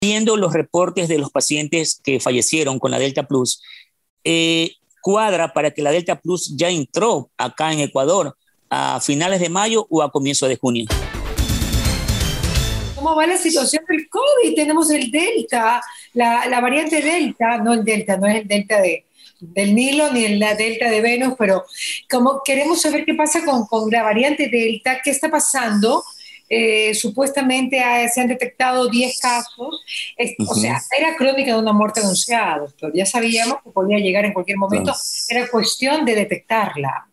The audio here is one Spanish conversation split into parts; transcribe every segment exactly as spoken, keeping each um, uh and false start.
Viendo los reportes de los pacientes que fallecieron con la Delta Plus, eh, cuadra para que la Delta Plus ya entró acá en Ecuador a finales de mayo o a comienzos de junio. ¿Cómo va la situación del COVID? Tenemos el Delta, la, la variante Delta, no el Delta, no es el Delta de, del Nilo ni la Delta de Venus, pero como queremos saber qué pasa con, con la variante Delta, qué está pasando. Eh, supuestamente ha, se han detectado diez casos, es, uh-huh. o sea, era crónica de una muerte anunciada, doctor. Ya sabíamos que podía llegar en cualquier momento, era cuestión de detectarla.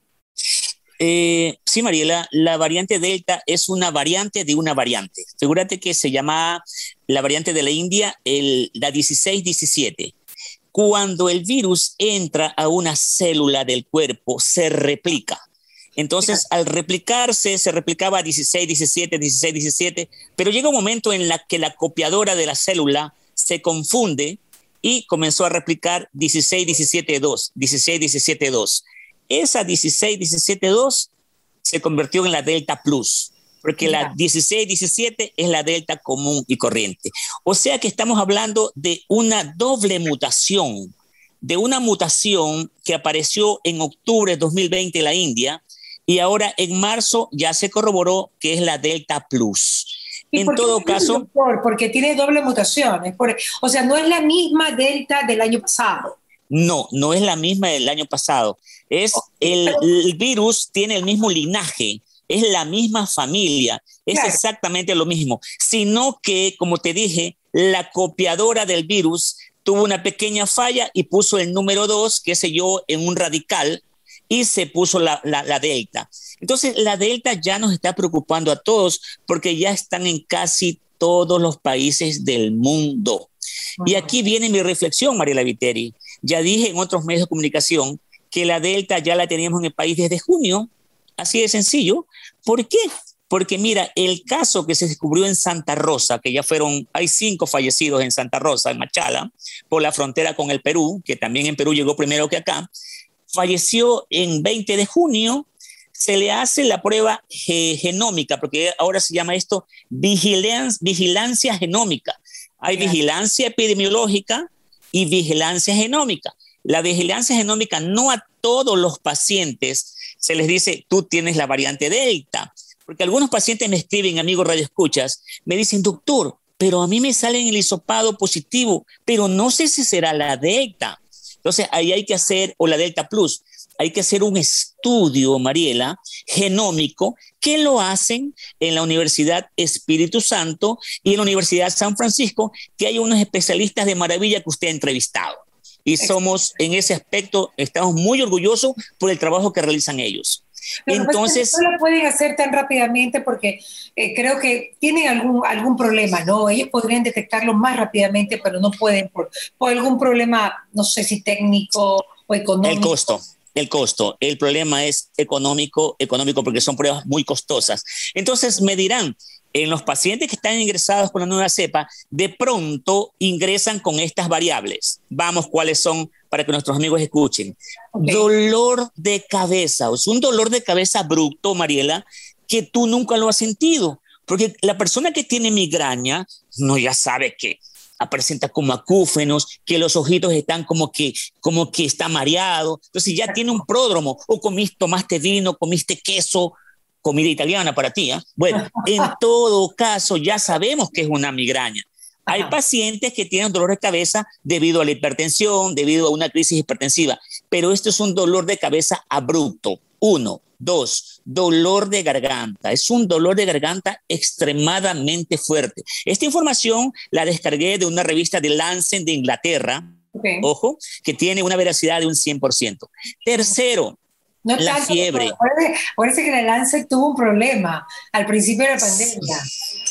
Eh, sí, Mariela, la variante Delta es una variante de una variante. Figúrate que se llama la variante de la India, el, la dieciséis diecisiete. Cuando el virus entra a una célula del cuerpo, se replica. Entonces, al replicarse, se replicaba dieciséis diecisiete, dieciséis diecisiete, pero llega un momento en la que la copiadora de la célula se confunde y comenzó a replicar dieciséis diecisiete dos, dieciséis diecisiete dos. Esa dieciséis diecisiete dos se convirtió en la Delta Plus, porque yeah. la dieciséis diecisiete es la Delta común y corriente. O sea que estamos hablando de una doble mutación, de una mutación que apareció en octubre de dos mil veinte en la India, y ahora en marzo ya se corroboró que es la Delta Plus. ¿Y en por todo caso, doctor? Porque tiene doble mutación. Es por, o sea, no es la misma Delta del año pasado. No, no es la misma del año pasado. Es el, el virus tiene el mismo linaje, es la misma familia, es claro. exactamente lo mismo. Sino que, como te dije, la copiadora del virus tuvo una pequeña falla y puso el número dos, qué sé yo, en un radical, y se puso la, la, la Delta. Entonces, la Delta ya nos está preocupando a todos porque ya están en casi todos los países del mundo. Uh-huh. Y aquí viene mi reflexión, Mariela Viteri. Ya dije en otros medios de comunicación que la Delta ya la teníamos en el país desde junio, así de sencillo. ¿Por qué? Porque mira, el caso que se descubrió en Santa Rosa, que ya fueron, hay cinco fallecidos en Santa Rosa, en Machala, por la frontera con el Perú, que también en Perú llegó primero que acá, falleció en veinte de junio, se le hace la prueba ge- genómica, porque ahora se llama esto vigilancia, vigilancia genómica. Hay yeah. vigilancia epidemiológica y vigilancia genómica. La vigilancia genómica no a todos los pacientes se les dice, tú tienes la variante Delta, porque algunos pacientes me escriben, amigos radioescuchas, me dicen, doctor, pero a mí me sale en el hisopado positivo, pero no sé si será la Delta. Entonces, ahí hay que hacer, o la Delta Plus, hay que hacer un estudio, Mariela, genómico, que lo hacen en la Universidad Espíritu Santo y en la Universidad San Francisco, que hay unos especialistas de maravilla que usted ha entrevistado. Y somos, en ese aspecto, estamos muy orgullosos por el trabajo que realizan ellos. Pero Entonces, no lo pueden hacer tan rápidamente porque eh, creo que tienen algún, algún problema, ¿no? Ellos podrían detectarlo más rápidamente, pero no pueden por, por algún problema, no sé si técnico o económico. El costo. El costo, el problema es económico, económico porque son pruebas muy costosas. Entonces me dirán, en los pacientes que están ingresados con la nueva cepa, de pronto ingresan con estas variables. Vamos, ¿cuáles son? Para que nuestros amigos escuchen. Okay. Dolor de cabeza, o sea, un dolor de cabeza abrupto, Mariela, que tú nunca lo has sentido. Porque la persona que tiene migraña, no ya sabe que presenta como acúfenos, que los ojitos están como que, como que está mareado. Entonces ya tiene un pródromo, o comiste, tomaste vino, comiste queso, comida italiana para ti. ¿eh? Bueno, en todo caso ya sabemos que es una migraña. Hay pacientes que tienen dolor de cabeza debido a la hipertensión, debido a una crisis hipertensiva, pero esto es un dolor de cabeza abrupto. Uno. Dos, dolor de garganta. Es un dolor de garganta extremadamente fuerte. Esta información la descargué de una revista de Lancet de Inglaterra, okay. ojo, que tiene una veracidad de un cien por ciento. Tercero, no la tanto, fiebre. Parece, parece que la Lancet tuvo un problema al principio de la pandemia.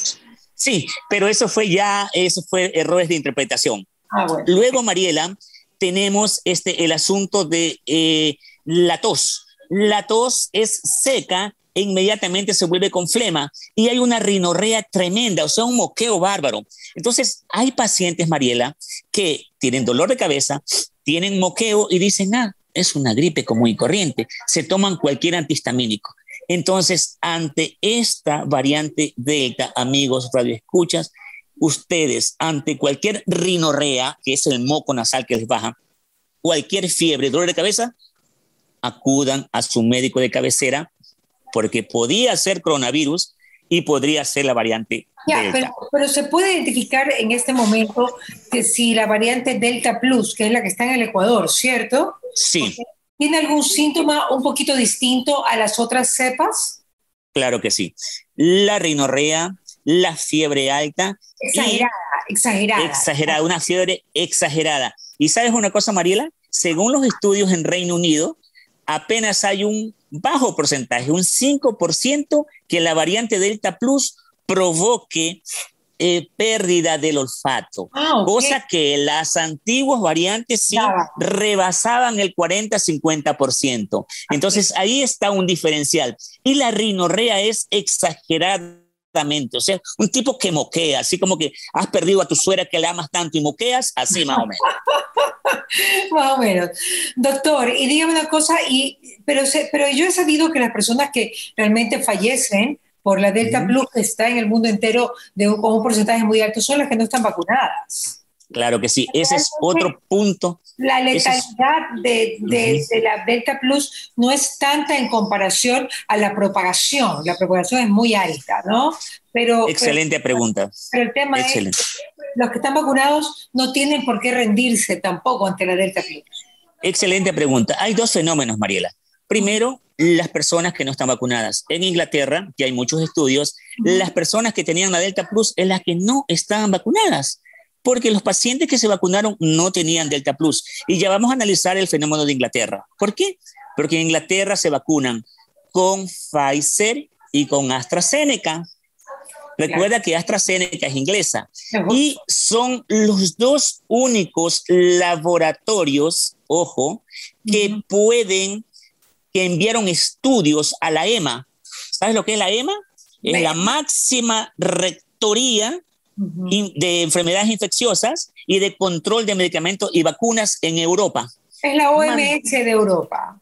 Sí, pero eso fue ya, eso fue errores de interpretación. Ah, bueno. Luego, Mariela, tenemos este, el asunto de eh, la tos. La tos es seca e inmediatamente se vuelve con flema y hay una rinorrea tremenda, o sea, un moqueo bárbaro. Entonces, hay pacientes, Mariela, que tienen dolor de cabeza, tienen moqueo y dicen, ah, es una gripe común y corriente. Se toman cualquier antihistamínico. Entonces, ante esta variante Delta, amigos radioescuchas, ustedes ante cualquier rinorrea, que es el moco nasal que les baja, cualquier fiebre, dolor de cabeza, acudan a su médico de cabecera porque podía ser coronavirus y podría ser la variante ya, Delta. pero, pero se puede identificar en este momento que si la variante Delta Plus, que es la que está en el Ecuador, ¿cierto? Sí. ¿Tiene algún síntoma un poquito distinto a las otras cepas? Claro que sí. La rinorrea, la fiebre alta. Exagerada, exagerada. Exagerada, una fiebre exagerada. ¿Y sabes una cosa, Mariela? Según los estudios en Reino Unido, apenas hay un bajo porcentaje, un cinco por ciento, que la variante Delta Plus provoque eh, pérdida del olfato, ah, okay. Cosa que las antiguas variantes sí ah. rebasaban el cuarenta a cincuenta por ciento. Entonces okay. ahí está un diferencial. Y la rinorrea es exagerada. O sea, un tipo que moquea, así como que has perdido a tu suegra que la amas tanto y moqueas, así más o menos. Más o menos. Doctor, y dígame una cosa, y, pero, se, pero yo he sabido que las personas que realmente fallecen por la Delta uh-huh. Plus, que está en el mundo entero de un, con un porcentaje muy alto, son las que no están vacunadas. Claro que sí, ese es otro punto. La letalidad es... de, de, uh-huh. de la Delta Plus no es tanta en comparación a la propagación. La propagación es muy alta, ¿no? Pero, Excelente pero, pregunta. Pero el tema Excelente. es que los que están vacunados no tienen por qué rendirse tampoco ante la Delta Plus. Excelente pregunta. Hay dos fenómenos, Mariela. Primero, las personas que no están vacunadas. En Inglaterra, que hay muchos estudios, uh-huh. las personas que tenían la Delta Plus es las que no estaban vacunadas, porque los pacientes que se vacunaron no tenían Delta Plus. Y ya vamos a analizar el fenómeno de Inglaterra. ¿Por qué? Porque en Inglaterra se vacunan con Pfizer y con AstraZeneca. Recuerda que AstraZeneca es inglesa. Y son los dos únicos laboratorios, ojo, que uh-huh. pueden, que enviaron estudios a la E M A. ¿Sabes lo que es la E M A? Es la máxima rectoría Uh-huh. de enfermedades infecciosas y de control de medicamentos y vacunas en Europa. Es la O M S Man, de Europa.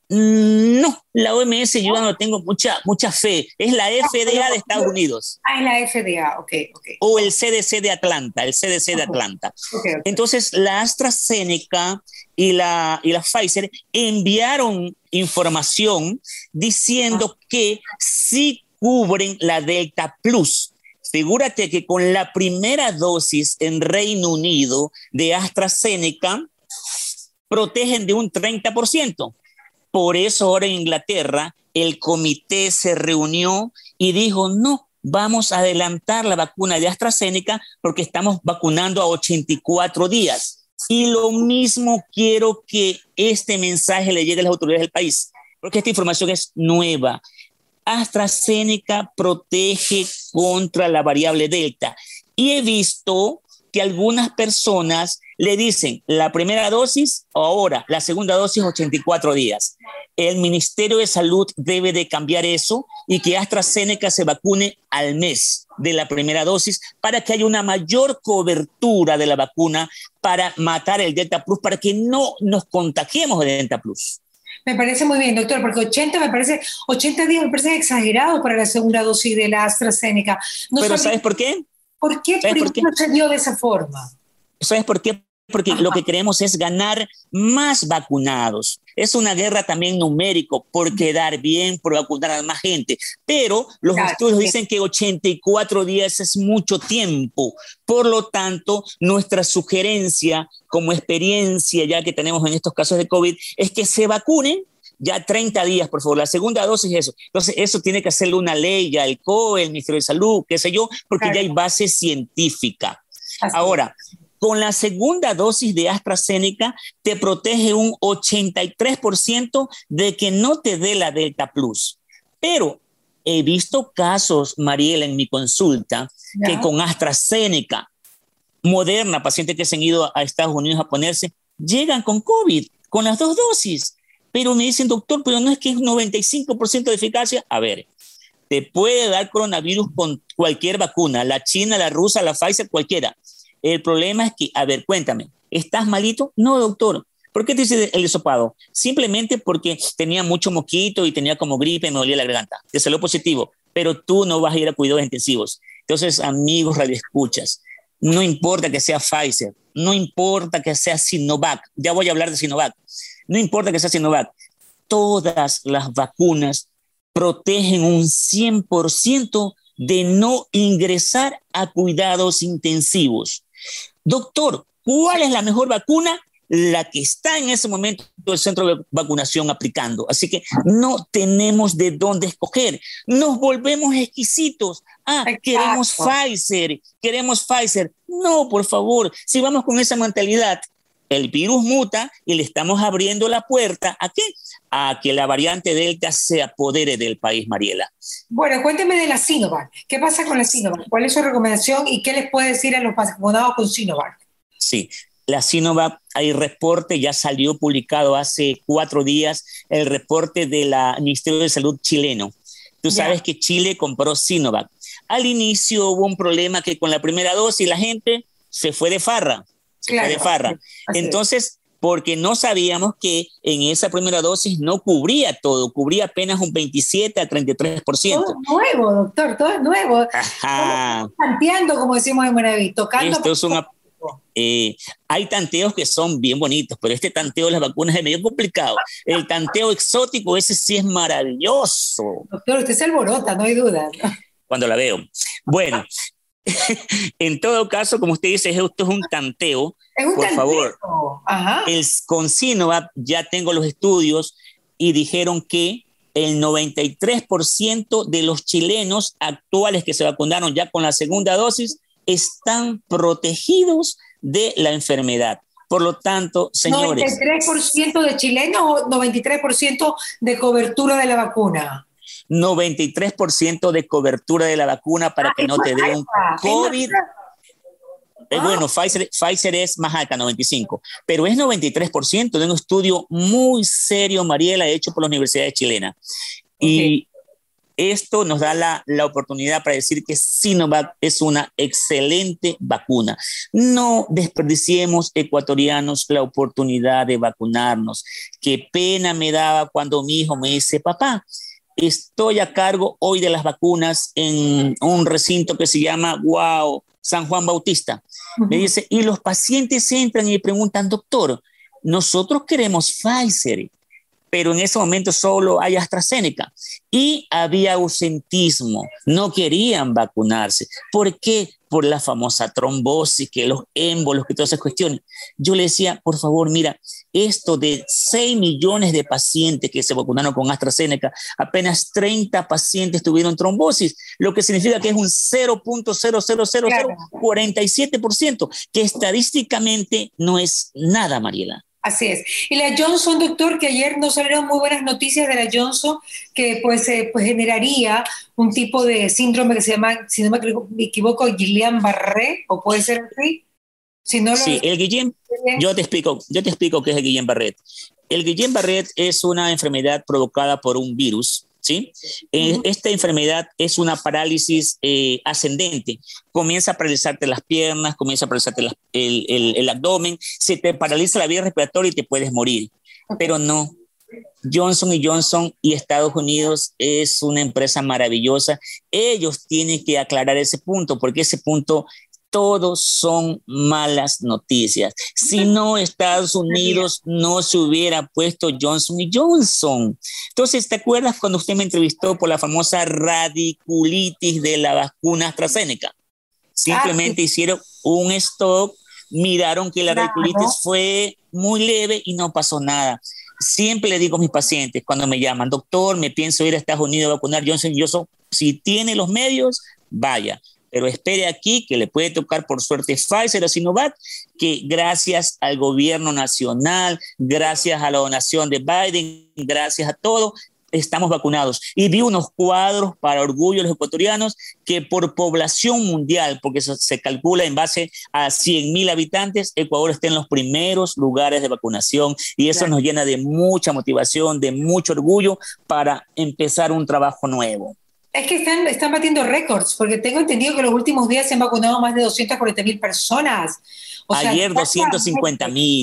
No, la O M S yo no tengo mucha, mucha fe. Es la F D A de Estados Unidos. Ah, es la F D A, ok, ok. O el C D C de Atlanta, el C D C de Atlanta. Okay, okay. Entonces, la AstraZeneca y la, y la Pfizer enviaron información diciendo ah. que sí cubren la Delta Plus. Figúrate que con la primera dosis en Reino Unido de AstraZeneca protegen de un treinta por ciento. Por eso ahora en Inglaterra el comité se reunió y dijo, no, vamos a adelantar la vacuna de AstraZeneca porque estamos vacunando a ochenta y cuatro días. Y lo mismo quiero que este mensaje le llegue a las autoridades del país, porque esta información es nueva. AstraZeneca protege contra la variable Delta. Y he visto que algunas personas le dicen la primera dosis o ahora la segunda dosis ochenta y cuatro días. El Ministerio de Salud debe de cambiar eso y que AstraZeneca se vacune al mes de la primera dosis para que haya una mayor cobertura de la vacuna para matar el Delta Plus, para que no nos contagiemos de Delta Plus. Me parece muy bien, doctor, porque ochenta me parece, ochenta días me parece exagerado para la segunda dosis de la AstraZeneca. No Pero ¿sabes por qué? ¿Por qué primero se dio de esa forma? ¿Sabes por qué? Porque Ajá. lo que queremos es ganar más vacunados. Es una guerra también numérico, por quedar bien, por vacunar a más gente. Pero los claro, estudios sí. dicen que ochenta y cuatro días es mucho tiempo. Por lo tanto, nuestra sugerencia como experiencia ya que tenemos en estos casos de COVID es que se vacunen ya treinta días, por favor. La segunda dosis es eso. Entonces, eso tiene que hacerle una ley ya el C O E, el Ministerio de Salud, qué sé yo, porque claro. ya hay base científica. Así Ahora, es. Con la segunda dosis de AstraZeneca te protege un ochenta y tres por ciento de que no te dé la Delta Plus. Pero he visto casos, Mariela, en mi consulta, ¿Ya? que con AstraZeneca, Moderna, pacientes que se han ido a Estados Unidos a ponerse, llegan con COVID, con las dos dosis. Pero me dicen, doctor, pero no es que es noventa y cinco por ciento de eficacia. A ver, te puede dar coronavirus con cualquier vacuna, la china, la rusa, la Pfizer, cualquiera. El problema es que, a ver, cuéntame, ¿estás malito? No, doctor. ¿Por qué te hice el hisopado? Simplemente porque tenía mucho moquito y tenía como gripe y me dolía la garganta. Te salió positivo, pero tú no vas a ir a cuidados intensivos. Entonces, amigos radioescuchas, no importa que sea Pfizer, no importa que sea Sinovac, ya voy a hablar de Sinovac, no importa que sea Sinovac, todas las vacunas protegen un cien por ciento de no ingresar a cuidados intensivos. Doctor, ¿cuál es la mejor vacuna? La que está en ese momento el centro de vacunación aplicando. Así que no tenemos de dónde escoger. Nos volvemos exquisitos. Ah, Exacto. queremos Pfizer, queremos Pfizer. No, por favor, si vamos con esa mentalidad, el virus muta y le estamos abriendo la puerta ¿a qué? A que la variante Delta se apodere del país, Mariela. Bueno, cuénteme de la Sinovac. ¿Qué pasa con la Sinovac? ¿Cuál es su recomendación y qué les puede decir a los vacunados con Sinovac? Sí, la Sinovac, hay reporte, ya salió publicado hace cuatro días, el reporte del Ministerio de Salud chileno. Tú ya. sabes que Chile compró Sinovac. Al inicio hubo un problema que con la primera dosis la gente se fue de farra. Se claro, fue de farra. Así Entonces, es. porque no sabíamos que en esa primera dosis no cubría todo, cubría apenas un veintisiete a treinta y tres por ciento. Todo es nuevo, doctor, todo es nuevo. Ajá. Estamos tanteando, como decimos en Manaví, tocando. Esto es una, eh, hay tanteos que son bien bonitos, pero este tanteo de las vacunas es medio complicado. El tanteo exótico, ese sí es maravilloso. Doctor, usted se alborota, no hay duda, ¿no? Cuando la veo. Bueno. En todo caso, como usted dice, esto es un tanteo. Es un por tanteo. favor. Ajá. El, con Sinovac ya tengo los estudios y dijeron que el noventa y tres por ciento de los chilenos actuales que se vacunaron ya con la segunda dosis están protegidos de la enfermedad. Por lo tanto, señores... ¿noventa y tres por ciento de chilenos o noventa y tres por ciento de cobertura de la vacuna? noventa y tres por ciento de cobertura de la vacuna para que no te dé un COVID. Eh, bueno, Pfizer, Pfizer es más alta, noventa y cinco, pero es noventa y tres por ciento de un estudio muy serio, Mariela, hecho por la Universidad Chilena. Y okay. esto nos da la, la oportunidad para decir que Sinovac es una excelente vacuna. No desperdiciemos, ecuatorianos, la oportunidad de vacunarnos. Qué pena me daba cuando mi hijo me dice, papá, estoy a cargo hoy de las vacunas en un recinto que se llama Wow, San Juan Bautista. Uh-huh. Me dice, y los pacientes entran y me preguntan, doctor, nosotros queremos Pfizer, pero en ese momento solo hay AstraZeneca. Y había ausentismo, no querían vacunarse. ¿Por qué? Por la famosa trombosis, que los émbolos, que todas esas cuestiones. Yo le decía, por favor, mira, esto de seis millones de pacientes que se vacunaron con AstraZeneca, apenas treinta pacientes tuvieron trombosis, lo que significa que es un cero punto cero cero cero cero cuarenta y siete por ciento, que estadísticamente no es nada, Mariela. Así es. Y la Johnson, doctor, que ayer nos salieron muy buenas noticias de la Johnson, que pues, eh, pues generaría un tipo de síndrome que se llama, si no me equivoco, Guillain-Barré, o puede ser así. Si no lo sí, el Guillain, yo te explico, yo te explico qué es el Guillain-Barré. El Guillain-Barré es una enfermedad provocada por un virus, ¿sí? Uh-huh. Esta enfermedad es una parálisis eh, ascendente. Comienza a paralizarte las piernas, comienza a paralizarte las, el, el, el abdomen, se te paraliza la vía respiratoria y te puedes morir. Okay. Pero no. Johnson y Johnson y Estados Unidos es una empresa maravillosa. Ellos tienen que aclarar ese punto, porque ese punto... todos son malas noticias. Si no, Estados Unidos no se hubiera puesto Johnson y Johnson. Entonces, ¿te acuerdas cuando usted me entrevistó por la famosa radiculitis de la vacuna AstraZeneca? Simplemente ah, sí. hicieron un stock, miraron que la claro. radiculitis fue muy leve y no pasó nada. Siempre le digo a mis pacientes cuando me llaman, doctor, me pienso ir a Estados Unidos a vacunar Johnson y Johnson. Si tiene los medios, vaya. Pero espere aquí que le puede tocar por suerte Pfizer o Sinovac, que gracias al gobierno nacional, gracias a la donación de Biden, gracias a todo, estamos vacunados. Y vi unos cuadros para orgullo de los ecuatorianos que por población mundial, porque eso se calcula en base a cien mil habitantes, Ecuador está en los primeros lugares de vacunación y eso claro. nos llena de mucha motivación, de mucho orgullo para empezar un trabajo nuevo. Es que están, están batiendo récords, porque tengo entendido que los últimos días se han vacunado más de doscientas cuarenta mil personas. O Ayer sea, doscientos cincuenta mil.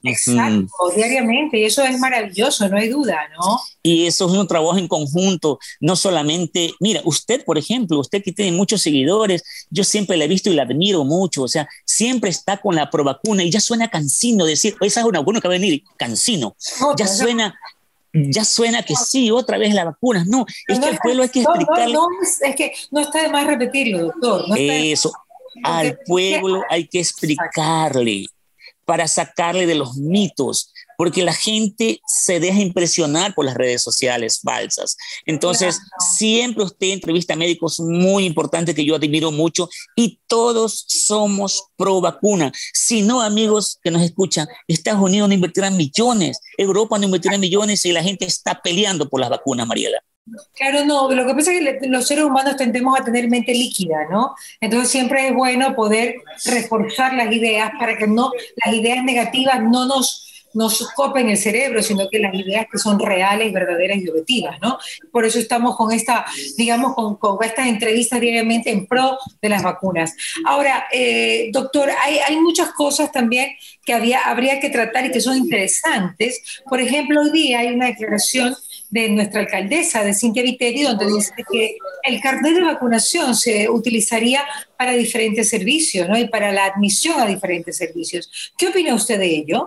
Exacto, uh-huh. diariamente, y eso es maravilloso, no hay duda, ¿no? Y eso es un trabajo en conjunto, no solamente, mira, usted, por ejemplo, usted que tiene muchos seguidores, yo siempre la he visto y la admiro mucho, o sea, siempre está con la provacuna y ya suena cansino decir, esa es una vacuna que va a venir, cansino, ya suena... Ya suena que sí, otra vez la vacuna. No, es no, que al pueblo hay que explicarle. No, no, no, es, es que no está de más repetirlo, doctor. No Eso, está de... al pueblo hay que explicarle para sacarle de los mitos, porque la gente se deja impresionar por las redes sociales falsas. Entonces, claro. siempre usted entrevista a médicos muy importantes que yo admiro mucho y todos somos pro vacuna. Si no, amigos que nos escuchan, Estados Unidos no invertirá millones, Europa no invertirá millones y la gente está peleando por las vacunas, Mariela. Claro, no, lo que pasa es que los seres humanos tendemos a tener mente líquida, ¿no? Entonces siempre es bueno poder reforzar las ideas para que no, las ideas negativas no nos, nos copen el cerebro, sino que las ideas que son reales, verdaderas y objetivas, ¿no? Por eso estamos con esta, digamos, con, con estas entrevistas diariamente en pro de las vacunas. Ahora, eh, doctor, hay, hay muchas cosas también que había, habría que tratar y que son interesantes. Por ejemplo, hoy día hay una declaración de nuestra alcaldesa, de Cintia Viteri, donde dice que el carnet de vacunación se utilizaría para diferentes servicios, ¿no? Y para la admisión a diferentes servicios. ¿Qué opina usted de ello?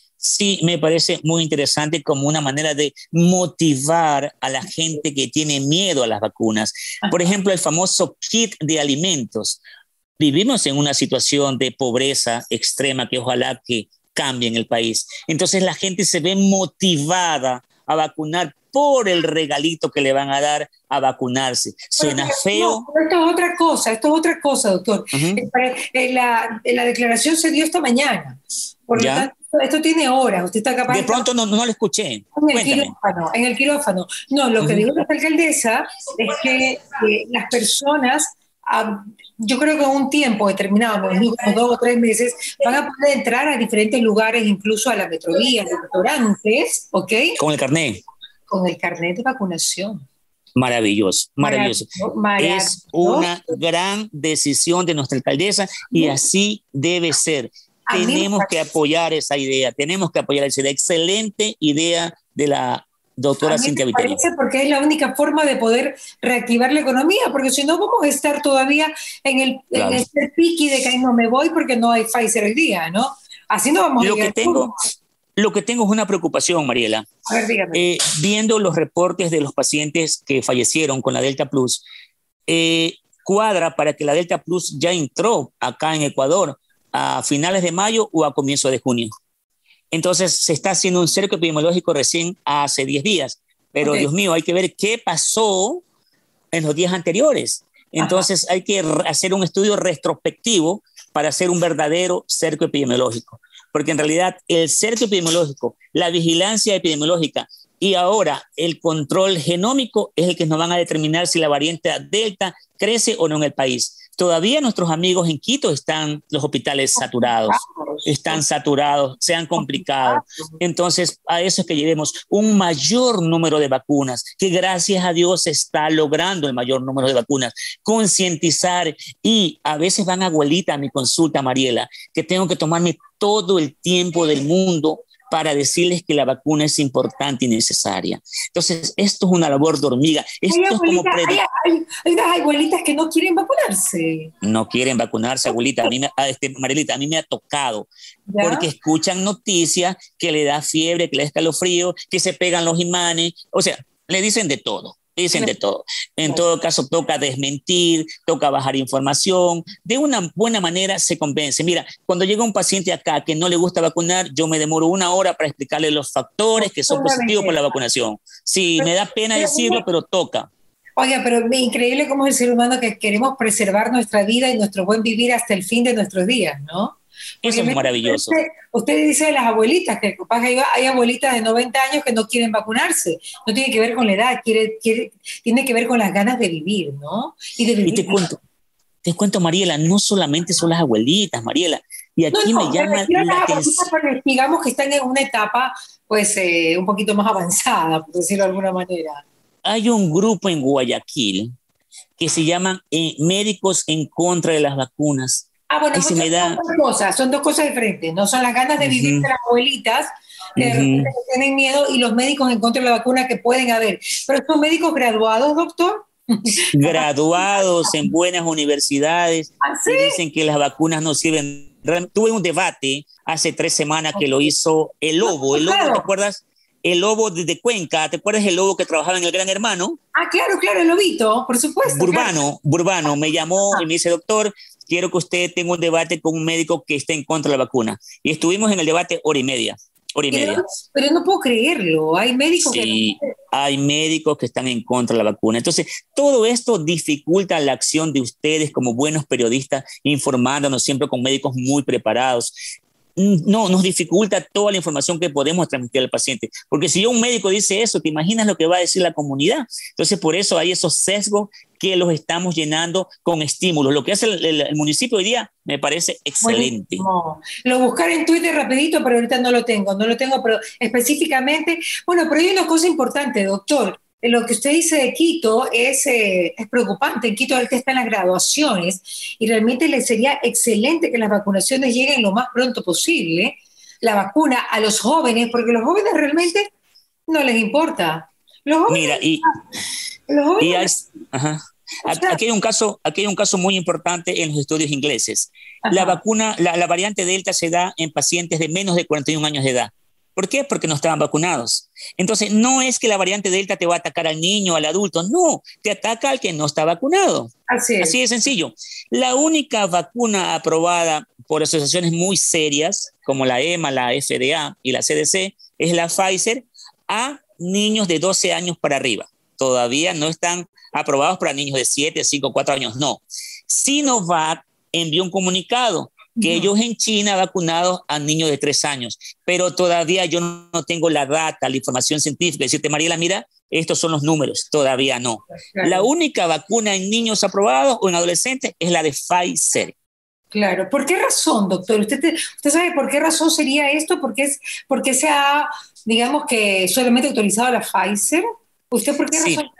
Sí, me parece muy interesante como una manera de motivar a la gente que tiene miedo a las vacunas. Por ejemplo, el famoso kit de alimentos. Vivimos en una situación de pobreza extrema que ojalá que cambie en el país. Entonces la gente se ve motivada a vacunar por el regalito que le van a dar a vacunarse. Suena pero, feo. No, esto es otra cosa, esto es otra cosa, doctor. Uh-huh. la, la declaración se dio esta mañana. Por lo tanto, esto tiene horas. Usted está capaz de pronto no, no lo escuché. En el, quirófano, en el quirófano. No, lo uh-huh. que dijo la alcaldesa es que eh, las personas, uh, yo creo que en un tiempo determinado, en unos dos o tres meses, van a poder entrar a diferentes lugares, incluso a la metrovía, a los restaurantes, ¿ok? Con el carnet. Con el carnet de vacunación. Maravilloso, maravilloso. maravilloso. Es una gran decisión de nuestra alcaldesa y así debe ser. Tenemos que apoyar esa idea, tenemos que apoyar esa idea. Excelente idea de la doctora Cintia Viteri. Porque es la única forma de poder reactivar la economía, porque si no vamos a estar todavía en el, claro. en este piqui de que no me voy porque no hay Pfizer hoy día, ¿no? Así no vamos Lo a llegar. Que tengo, lo que tengo es una preocupación, Mariela. A ver, dígame. Eh, viendo los reportes de los pacientes que fallecieron con la Delta Plus, eh, cuadra para que la Delta Plus ya entró acá en Ecuador a finales de mayo o a comienzos de junio. Entonces se está haciendo un cerco epidemiológico recién hace diez días, pero okay. Dios mío, hay que ver qué pasó en los días anteriores. Entonces Ajá. hay que hacer un estudio retrospectivo para hacer un verdadero cerco epidemiológico, porque en realidad el cerco epidemiológico, la vigilancia epidemiológica y ahora el control genómico es el que nos van a determinar si la variante Delta crece o no en el país. Todavía nuestros amigos en Quito están los hospitales saturados, están saturados, se han complicado. Entonces, a eso es que llevemos un mayor número de vacunas, que gracias a Dios se está logrando el mayor número de vacunas. Concientizar y a veces van abuelita a mi consulta, Mariela, que tengo que tomarme todo el tiempo del mundo para decirles que la vacuna es importante y necesaria. Entonces, esto es una labor de hormiga. Esto hay, es como hay, hay, hay unas abuelitas que no quieren vacunarse. No quieren vacunarse, abuelita. A mí, me, a este, Marielita, a mí me ha tocado. ¿Ya? Porque escuchan noticias que le da fiebre, que le da escalofrío, que se pegan los imanes. O sea, le dicen de todo. Dicen de todo. En todo caso, toca desmentir, toca bajar información. De una buena manera se convence. Mira, cuando llega un paciente acá que no le gusta vacunar, yo me demoro una hora para explicarle los factores que son positivos por la vacunación. Sí, me da pena decirlo, pero toca. Oiga, pero es increíble cómo es el ser humano que queremos preservar nuestra vida y nuestro buen vivir hasta el fin de nuestros días, ¿no? Eso es maravilloso. Usted, usted dice de las abuelitas, que hay, hay abuelitas de noventa años que no quieren vacunarse. No tiene que ver con la edad, quiere, quiere, tiene que ver con las ganas de vivir, ¿no? Y, de vivir. Y te cuento, te cuento, Mariela, no solamente son las abuelitas, Mariela. Y aquí no, no, me llama la la atención. Digamos que están en una etapa, pues, eh, un poquito más avanzada, por decirlo de alguna manera. Hay un grupo en Guayaquil que se llaman eh, Médicos en Contra de las Vacunas. Ah, bueno, Ahí pues se son me da... dos cosas, son dos cosas diferentes. No son las ganas de vivir Ujú, de las abuelitas, que de ujú. repente tienen miedo, y los médicos en contra de la vacuna que pueden haber. Pero son médicos graduados, doctor. Graduados en buenas universidades ¿Ah, sí? y dicen que las vacunas no sirven. Real- Tuve un debate hace tres semanas que lo hizo el Lobo. El Lobo, ¿te Claro. acuerdas? El Lobo de, de Cuenca. ¿Te acuerdas el Lobo que trabajaba en el Gran Hermano? Ah, claro, claro, el lobito, por supuesto, claro. Burbano, Burbano me llamó y me dice, doctor, quiero que usted tenga un debate con un médico que esté en contra de la vacuna. Y estuvimos en el debate hora y media, hora y Pero, media. pero no puedo creerlo. Hay médicos que no. Sí, hay médicos que están en contra de la vacuna. Entonces, todo esto dificulta la acción de ustedes como buenos periodistas, informándonos siempre con médicos muy preparados. No, nos dificulta toda la información que podemos transmitir al paciente. Porque si un médico dice eso, ¿te imaginas lo que va a decir la comunidad? Entonces, por eso hay esos sesgos que los estamos llenando con estímulos. Lo que hace el, el, el municipio hoy día me parece excelente. Buenísimo. Lo buscaré en Twitter rapidito, pero ahorita no lo tengo. No lo tengo, pero específicamente. Bueno, pero hay una cosa importante, doctor. Lo que usted dice de Quito es, eh, es preocupante. En Quito ahorita están las graduaciones y realmente le sería excelente que las vacunaciones lleguen lo más pronto posible, la vacuna a los jóvenes, porque los jóvenes realmente no les importa. Los jóvenes, Mira, y, los y hay, jóvenes ajá. o sea, Aquí hay un caso, aquí hay un caso muy importante en los estudios ingleses. ajá. La vacuna, la, la variante Delta se da en pacientes de menos de cuarenta y un años de edad. ¿Por qué? Porque no estaban vacunados. Entonces, no es que la variante Delta te va a atacar al niño, al adulto, no, te ataca al que no está vacunado. Así es. Así de sencillo. La única vacuna aprobada por asociaciones muy serias, como la E M A, la F D A y la C D C, es la Pfizer a niños de doce años para arriba. Todavía no están aprobados para niños de siete, cinco, cuatro años, no. Sinovac envió un comunicado que uh-huh. ellos en China vacunados a niños de tres años, pero todavía yo no tengo la data, la información científica, decirte, Mariela, mira, estos son los números, todavía no. Claro. La única vacuna en niños aprobados o en adolescentes es la de Pfizer. Claro, ¿por qué razón, doctor? ¿Usted, te, ¿Usted sabe por qué razón sería esto? ¿Por qué, es, por qué se ha, digamos que solamente autorizado la Pfizer? ¿Usted por qué sí. razón?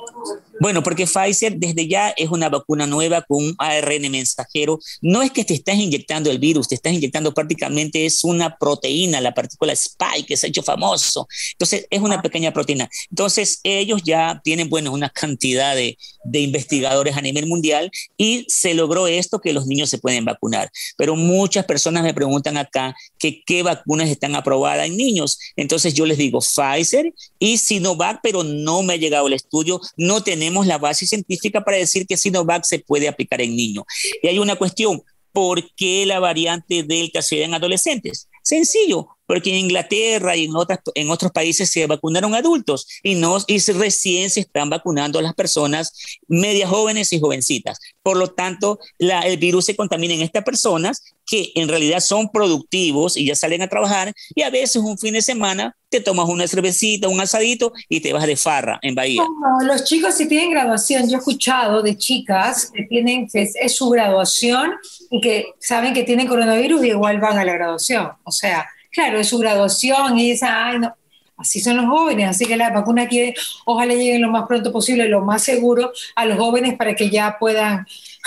Bueno, porque Pfizer desde ya es una vacuna nueva con un A R N mensajero. No es que te estás inyectando el virus, te estás inyectando prácticamente es una proteína, la partícula Spike que se ha hecho famoso. Entonces, es una pequeña proteína. Entonces, ellos ya tienen, bueno, una cantidad de, de investigadores a nivel mundial y se logró esto que los niños se pueden vacunar. Pero muchas personas me preguntan acá que qué vacunas están aprobadas en niños. Entonces, yo les digo Pfizer y Sinovac, pero no me ha llegado el estudio, no tenemos la base científica para decir que Sinovac se puede aplicar en niños. Y hay una cuestión, ¿por qué la variante Delta se da en adolescentes? Sencillo, porque en Inglaterra y en, otras, en otros países se vacunaron adultos y, no, y recién se están vacunando a las personas medias jóvenes y jovencitas. Por lo tanto, la, el virus se contamina en estas personas que en realidad son productivos y ya salen a trabajar y a veces un fin de semana te tomas una cervecita, un asadito y te vas de farra en Bahía. No, los chicos si tienen graduación, yo he escuchado de chicas que tienen, que es, es su graduación y que saben que tienen coronavirus y igual van a la graduación. O sea, claro, es su graduación y dicen, ay, no, así son los jóvenes, así que la vacuna quiere, ojalá lleguen lo más pronto posible, lo más seguro a los jóvenes para que ya puedan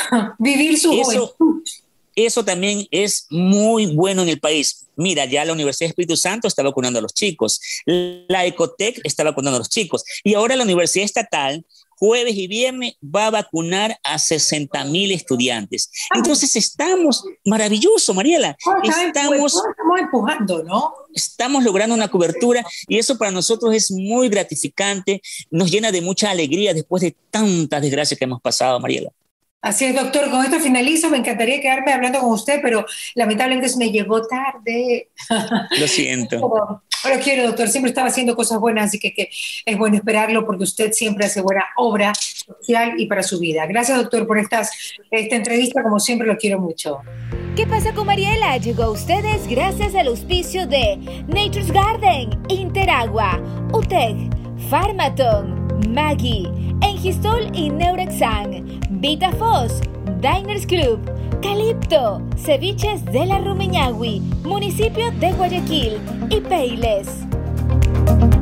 vivir su Eso, juventud. Eso también es muy bueno en el país. Mira, ya la Universidad de Espíritu Santo está vacunando a los chicos, la Ecotec está vacunando a los chicos y ahora la Universidad Estatal jueves y viernes va a vacunar a sesenta mil estudiantes. Entonces estamos, maravilloso, Mariela, estamos, estamos empujando, ¿no? Estamos logrando una cobertura y eso para nosotros es muy gratificante, nos llena de mucha alegría después de tantas desgracias que hemos pasado, Mariela. Así es, doctor, con esto finalizo, me encantaría quedarme hablando con usted, pero lamentablemente se me llegó tarde. Lo siento. Pero lo quiero, doctor, siempre estaba haciendo cosas buenas, así que, que es bueno esperarlo porque usted siempre hace buena obra social y para su vida. Gracias, doctor, por estas, esta entrevista, como siempre lo quiero mucho. ¿Qué pasa con Mariela? Llegó a ustedes gracias al auspicio de Nature's Garden, Interagua, U T E C, Pharmaton, Maggi, Engistol y Neurexan, VitaFos, Diners Club, Calipto, Ceviches de la Rumiñahui, Municipio de Guayaquil y Peiles.